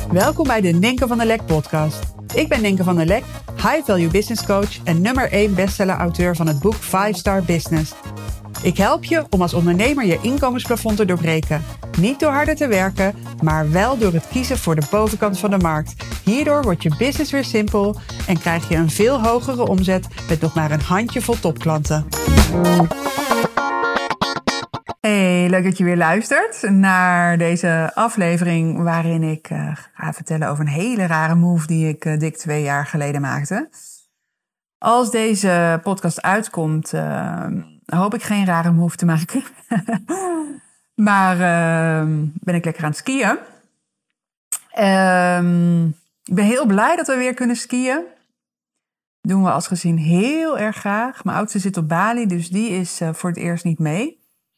Welkom bij de Ninke van der Lek podcast. Ik ben Ninke van der Lek, High Value Business Coach en nummer 1 bestseller-auteur van het boek 5 Star Business. Ik help je om als ondernemer je inkomensplafond te doorbreken. Niet door harder te werken, maar wel door het kiezen voor de bovenkant van de markt. Hierdoor wordt je business weer simpel en krijg je een veel hogere omzet met nog maar een handjevol topklanten. Hey, leuk dat je weer luistert naar deze aflevering waarin ik ga vertellen over een hele rare move die ik dik 2 jaar geleden maakte. Als deze podcast uitkomt, hoop ik geen rare move te maken. Maar ben ik lekker aan het skiën. Ik ben heel blij dat we weer kunnen skiën. Dat doen we als gezin heel erg graag. Mijn oudste zit op Bali, dus die is voor het eerst niet mee.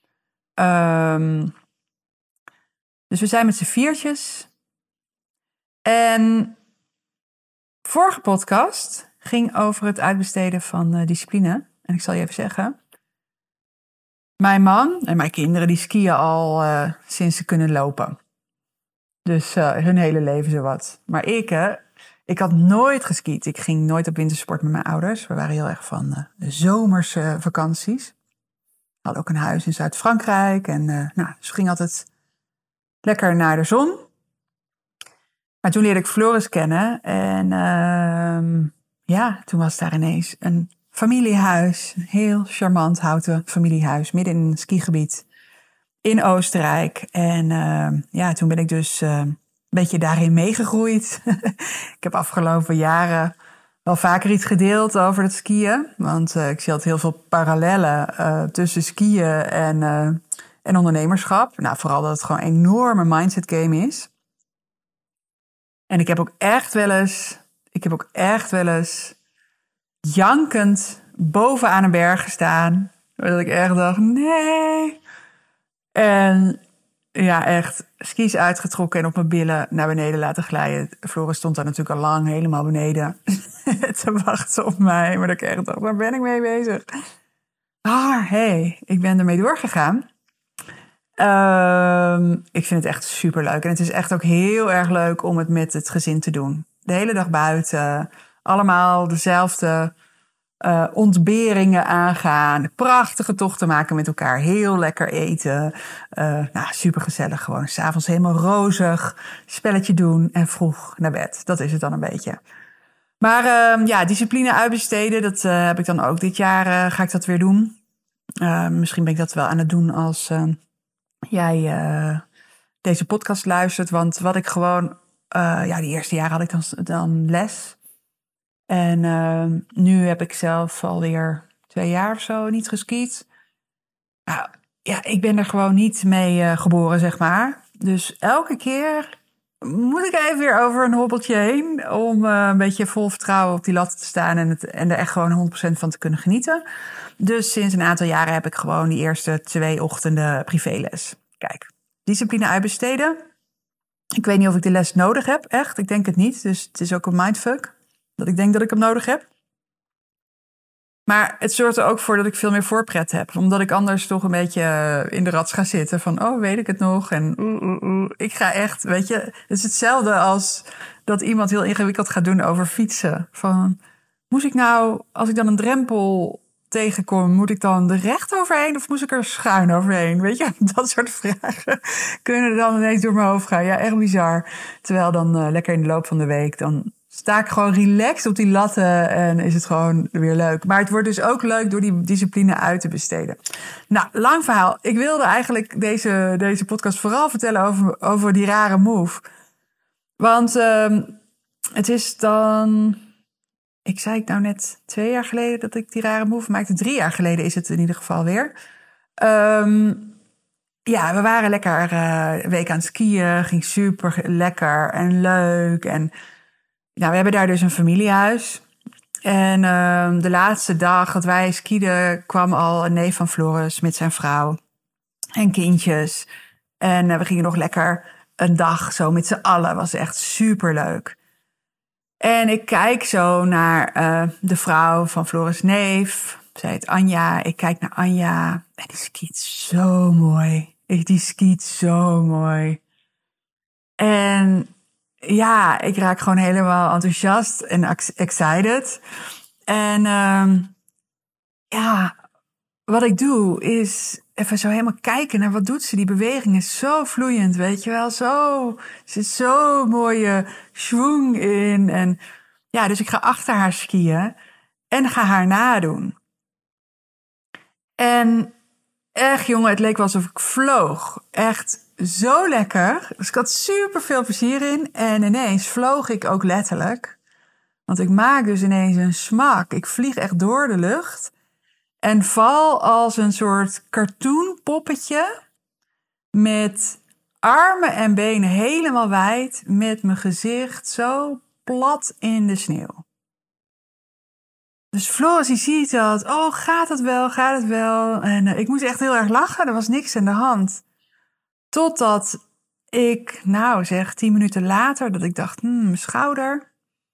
Dus we zijn met z'n 4'tjes. En vorige podcast ging over het uitbesteden van discipline. En ik zal je even zeggen. Mijn man en mijn kinderen die skiën al sinds ze kunnen lopen. Dus hun hele leven zowat. Maar ik had nooit geskiet. Ik ging nooit op wintersport met mijn ouders. We waren heel erg van de zomerse vakanties. We hadden ook een huis in Zuid-Frankrijk. En dus we gingen altijd lekker naar de zon. Maar toen leerde ik Floris kennen. En toen was daar ineens een familiehuis. Een heel charmant houten familiehuis. Midden in een skigebied in Oostenrijk. En toen ben ik dus een beetje daarin meegegroeid. Ik heb afgelopen jaren wel vaker iets gedeeld over het skiën. Want ik zie altijd heel veel parallellen tussen skiën en ondernemerschap. Nou, vooral dat het gewoon een enorme mindset game is. En ik heb ook echt wel eens jankend bovenaan een berg gestaan. Dat ik echt dacht, nee. En ja, echt skis uitgetrokken en op mijn billen naar beneden laten glijden. Floris stond daar natuurlijk al lang helemaal beneden te wachten op mij. Maar dat ik echt dacht, waar ben ik mee bezig? Maar ik ben ermee doorgegaan. Ik vind het echt superleuk. En het is echt ook heel erg leuk om het met het gezin te doen. De hele dag buiten. Allemaal dezelfde ontberingen aangaan. Prachtige tochten maken met elkaar. Heel lekker eten. Super gezellig gewoon. 's Avonds helemaal rozig. Spelletje doen en vroeg naar bed. Dat is het dan een beetje. Maar discipline uitbesteden. Dat heb ik dan ook dit jaar. Ga ik dat weer doen. Misschien ben ik dat wel aan het doen als jij deze podcast luistert. Want wat ik gewoon... die eerste jaren had ik dan les. En nu heb ik zelf alweer 2 jaar of zo niet geskiet. Nou, ik ben er gewoon niet mee geboren, zeg maar. Dus elke keer moet ik even weer over een hobbeltje heen om een beetje vol vertrouwen op die lat te staan en er echt gewoon 100% van te kunnen genieten. Dus sinds een aantal jaren heb ik gewoon die eerste 2 ochtenden privéles. Kijk, discipline uitbesteden. Ik weet niet of ik de les nodig heb, echt. Ik denk het niet, dus het is ook een mindfuck. Dat ik denk dat ik hem nodig heb. Maar het zorgt er ook voor dat ik veel meer voorpret heb. Omdat ik anders toch een beetje in de rats ga zitten. Van, weet ik het nog? En ik ga echt, weet je... Het is hetzelfde als dat iemand heel ingewikkeld gaat doen over fietsen. Van, moest ik nou, als ik dan een drempel tegenkom... moet ik dan er recht overheen of moest ik er schuin overheen? Weet je, dat soort vragen kunnen er dan ineens door mijn hoofd gaan. Ja, echt bizar. Terwijl dan lekker in de loop van de week... dan sta ik gewoon relaxed op die latten en is het gewoon weer leuk. Maar het wordt dus ook leuk door die discipline uit te besteden. Nou, lang verhaal. Ik wilde eigenlijk deze podcast vooral vertellen over die rare move. Want het is dan... Ik zei het nou net 2 jaar geleden dat ik die rare move maakte. 3 jaar geleden is het in ieder geval weer. We waren lekker een week aan het skiën. Ging super lekker en leuk en... Nou, we hebben daar dus een familiehuis. En de laatste dag dat wij skieden kwam al een neef van Floris met zijn vrouw en kindjes. En we gingen nog lekker een dag zo met z'n allen. Was echt superleuk. En ik kijk zo naar de vrouw van Floris' neef. Zij heet Anja. Ik kijk naar Anja. En die skiet zo mooi. Die skiet zo mooi. En ja, ik raak gewoon helemaal enthousiast en excited. En ja, wat ik doe is even zo helemaal kijken naar wat doet ze. Die beweging is zo vloeiend, weet je wel. Er zit zo'n mooie schwung in. En ja, dus ik ga achter haar skiën en ga haar nadoen. En echt, jongen, het leek wel alsof ik vloog. Echt zo lekker. Dus ik had super veel plezier in. En ineens vloog ik ook letterlijk. Want ik maak dus ineens een smak. Ik vlieg echt door de lucht. En val als een soort cartoonpoppetje. Met armen en benen helemaal wijd. Met mijn gezicht zo plat in de sneeuw. Dus Floris die ziet dat. Oh, gaat het wel, gaat het wel? En ik moest echt heel erg lachen. Er was niks aan de hand. Totdat ik, 10 minuten later, dat ik dacht, mijn schouder.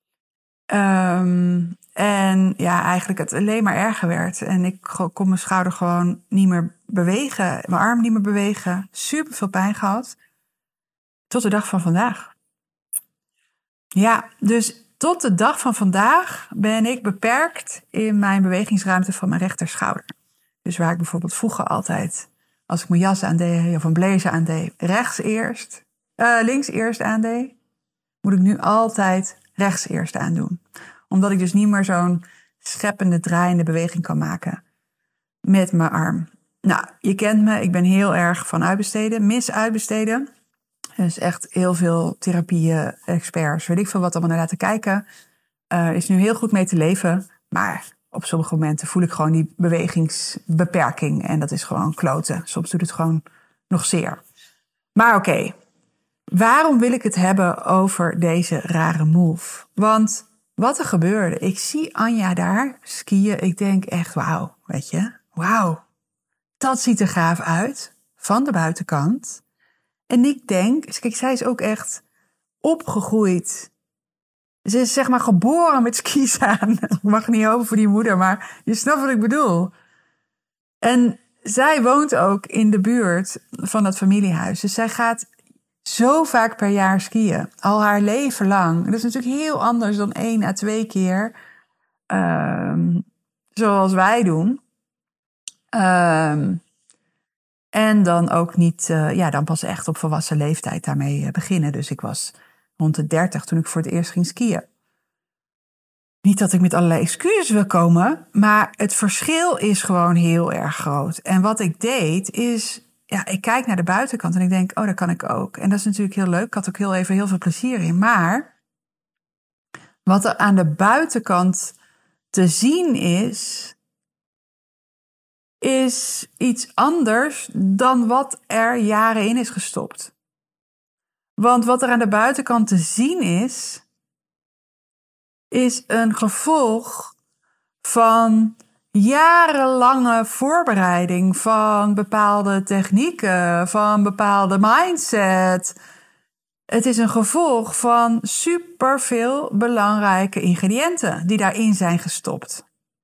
En ja, eigenlijk het alleen maar erger werd. En ik kon mijn schouder gewoon niet meer bewegen. Mijn arm niet meer bewegen. Super veel pijn gehad. Tot de dag van vandaag. Ja, dus tot de dag van vandaag ben ik beperkt in mijn bewegingsruimte van mijn rechterschouder. Dus waar ik bijvoorbeeld vroeger altijd, als ik mijn jas aandeed of een blazer aandeed, links eerst aandeed, moet ik nu altijd rechts eerst aandoen. Omdat ik dus niet meer zo'n scheppende, draaiende beweging kan maken met mijn arm. Nou, je kent me, ik ben heel erg van uitbesteden. Dus echt heel veel therapieën, experts, weet ik veel wat allemaal naar laten kijken. Is nu heel goed mee te leven. Maar op sommige momenten voel ik gewoon die bewegingsbeperking. En dat is gewoon kloten. Soms doet het gewoon nog zeer. Maar oké. Waarom wil ik het hebben over deze rare move? Want wat er gebeurde. Ik zie Anja daar skiën. Ik denk echt wauw, weet je. Wauw. Dat ziet er gaaf uit. Van de buitenkant. En ik denk, kijk, zij is ook echt opgegroeid. Ze is zeg maar geboren met skis aan. Ik mag niet hopen voor die moeder, maar je snapt wat ik bedoel. En zij woont ook in de buurt van dat familiehuis. Dus zij gaat zo vaak per jaar skiën. Al haar leven lang. Dat is natuurlijk heel anders dan 1 à 2 keer. Zoals wij doen. En dan ook niet, dan pas echt op volwassen leeftijd daarmee beginnen. Dus ik was rond de 30 toen ik voor het eerst ging skiën. Niet dat ik met allerlei excuses wil komen, maar het verschil is gewoon heel erg groot. En wat ik deed is, ik kijk naar de buitenkant en ik denk, oh, dat kan ik ook. En dat is natuurlijk heel leuk. Ik had ook heel veel plezier in. Maar wat er aan de buitenkant te zien is iets anders dan wat er jaren in is gestopt. Want wat er aan de buitenkant te zien is een gevolg van jarenlange voorbereiding van bepaalde technieken, van bepaalde mindset. Het is een gevolg van superveel belangrijke ingrediënten die daarin zijn gestopt.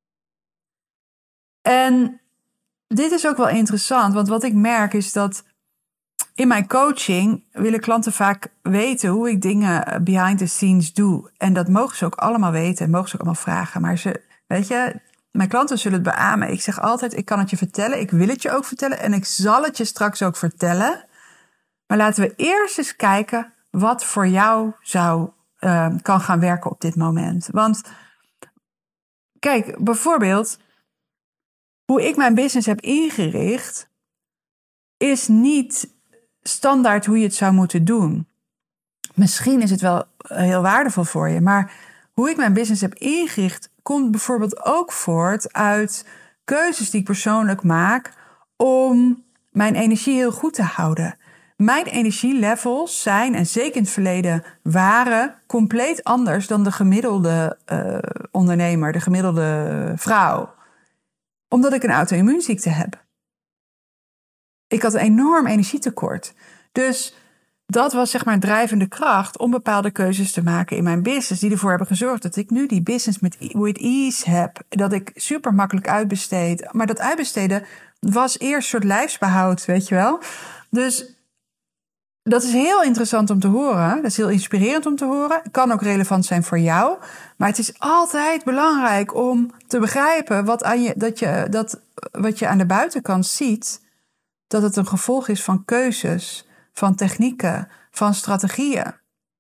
En dit is ook wel interessant, want wat ik merk is dat in mijn coaching willen klanten vaak weten hoe ik dingen behind the scenes doe. En dat mogen ze ook allemaal weten en mogen ze ook allemaal vragen. Maar mijn klanten zullen het beamen. Ik zeg altijd, ik kan het je vertellen, ik wil het je ook vertellen en ik zal het je straks ook vertellen. Maar laten we eerst eens kijken wat voor jou kan gaan werken op dit moment. Want kijk, bijvoorbeeld, hoe ik mijn business heb ingericht, is niet standaard hoe je het zou moeten doen. Misschien is het wel heel waardevol voor je, maar hoe ik mijn business heb ingericht, komt bijvoorbeeld ook voort uit keuzes die ik persoonlijk maak om mijn energie heel goed te houden. Mijn energielevels zijn, en zeker in het verleden waren, compleet anders dan de gemiddelde ondernemer, de gemiddelde vrouw. Omdat ik een auto-immuunziekte heb. Ik had een enorm energietekort. Dus dat was zeg maar een drijvende kracht om bepaalde keuzes te maken in mijn business. Die ervoor hebben gezorgd dat ik nu die business with ease heb. Dat ik super makkelijk uitbesteed. Maar dat uitbesteden was eerst een soort lijfsbehoud, weet je wel. Dus Dat is heel interessant om te horen. Dat is heel inspirerend om te horen. Het kan ook relevant zijn voor jou. Maar het is altijd belangrijk om te begrijpen wat je aan de buitenkant ziet, dat het een gevolg is van keuzes, van technieken, van strategieën.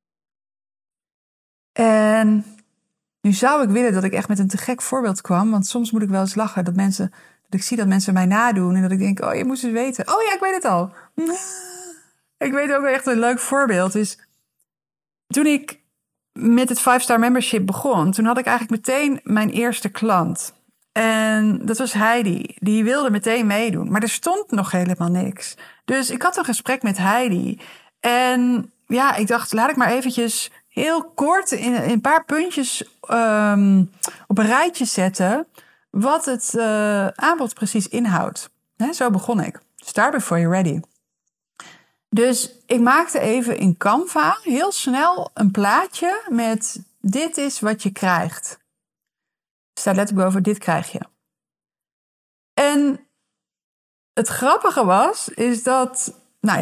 En nu zou ik willen dat ik echt met een te gek voorbeeld kwam. Want soms moet ik wel eens lachen dat ik zie dat mensen mij nadoen. En dat ik denk, oh, je moest het weten. Oh ja, ik weet het al. Ik weet ook echt een leuk voorbeeld. Is toen ik met het 5-star membership begon, toen had ik eigenlijk meteen mijn eerste klant. En dat was Heidi. Die wilde meteen meedoen. Maar er stond nog helemaal niks. Dus ik had een gesprek met Heidi. En ja, ik dacht, laat ik maar eventjes heel kort in een paar puntjes op een rijtje zetten wat het aanbod precies inhoudt. Zo begon ik. Start before you're ready. Dus ik maakte even in Canva heel snel een plaatje met dit is wat je krijgt. Er staat letterlijk boven, dit krijg je. En het grappige is dat,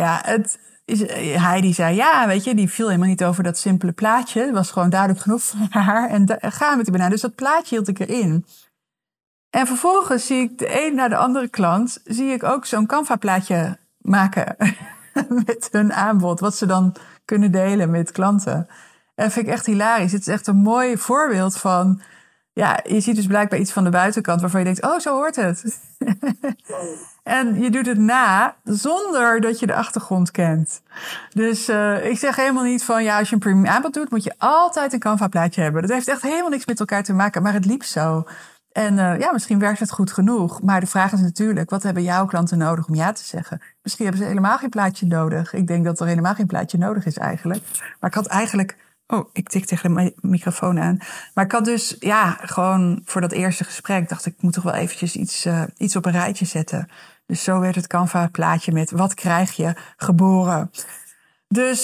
Heidi zei ja, weet je, die viel helemaal niet over dat simpele plaatje. Het was gewoon duidelijk genoeg voor haar. En gaan met die banaan. Dus dat plaatje hield ik erin. En vervolgens zie ik de een na de andere klant, zie ik ook zo'n Canva-plaatje maken met hun aanbod, wat ze dan kunnen delen met klanten. En dat vind ik echt hilarisch. Het is echt een mooi voorbeeld van, ja, je ziet dus blijkbaar iets van de buitenkant waarvan je denkt, oh, zo hoort het. En je doet het na zonder dat je de achtergrond kent. Dus ik zeg helemaal niet van, ja, als je een premium aanbod doet, moet je altijd een Canva-plaatje hebben. Dat heeft echt helemaal niks met elkaar te maken, maar het liep zo. En misschien werkt het goed genoeg. Maar de vraag is natuurlijk, wat hebben jouw klanten nodig om ja te zeggen? Misschien hebben ze helemaal geen plaatje nodig. Ik denk dat er helemaal geen plaatje nodig is eigenlijk. Maar ik had eigenlijk... Oh, ik tik tegen de microfoon aan. Maar ik had dus, ja, gewoon voor dat eerste gesprek dacht ik moet toch wel eventjes iets op een rijtje zetten. Dus zo werd het Canva-plaatje met wat krijg je geboren. Dus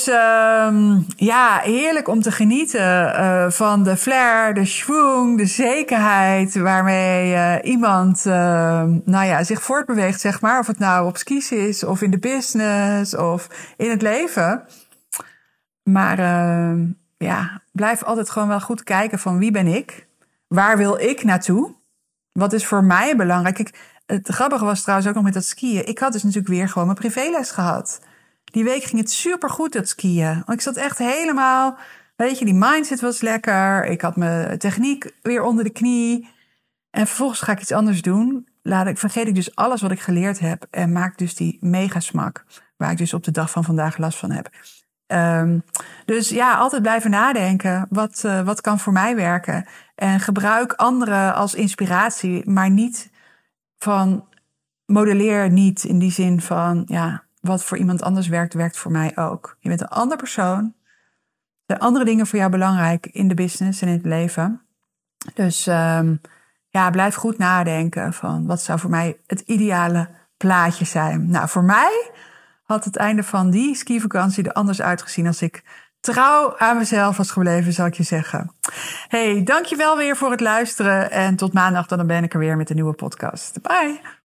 ja, heerlijk om te genieten van de flair, de schwung, de zekerheid waarmee iemand zich voortbeweegt, zeg maar. Of het nou op skis is, of in de business, of in het leven. Maar blijf altijd gewoon wel goed kijken van wie ben ik? Waar wil ik naartoe? Wat is voor mij belangrijk? Het grappige was trouwens ook nog met dat skiën. Ik had dus natuurlijk weer gewoon mijn privéles gehad. Die week ging het supergoed, dat skiën. Ik zat echt helemaal, weet je, die mindset was lekker. Ik had mijn techniek weer onder de knie. En vervolgens ga ik iets anders doen. Vergeet ik dus alles wat ik geleerd heb. En maak dus die megasmak. Waar ik dus op de dag van vandaag last van heb. Dus ja, altijd blijven nadenken. Wat kan voor mij werken? En gebruik anderen als inspiratie. Maar niet modelleer niet in die zin van, ja, wat voor iemand anders werkt, werkt voor mij ook. Je bent een ander persoon. Er zijn andere dingen voor jou belangrijk in de business en in het leven. Dus blijf goed nadenken van wat zou voor mij het ideale plaatje zijn. Nou, voor mij had het einde van die skivakantie er anders uitgezien als ik trouw aan mezelf was gebleven, zal ik je zeggen. Hey, dankjewel weer voor het luisteren en tot maandag dan ben ik er weer met een nieuwe podcast. Bye!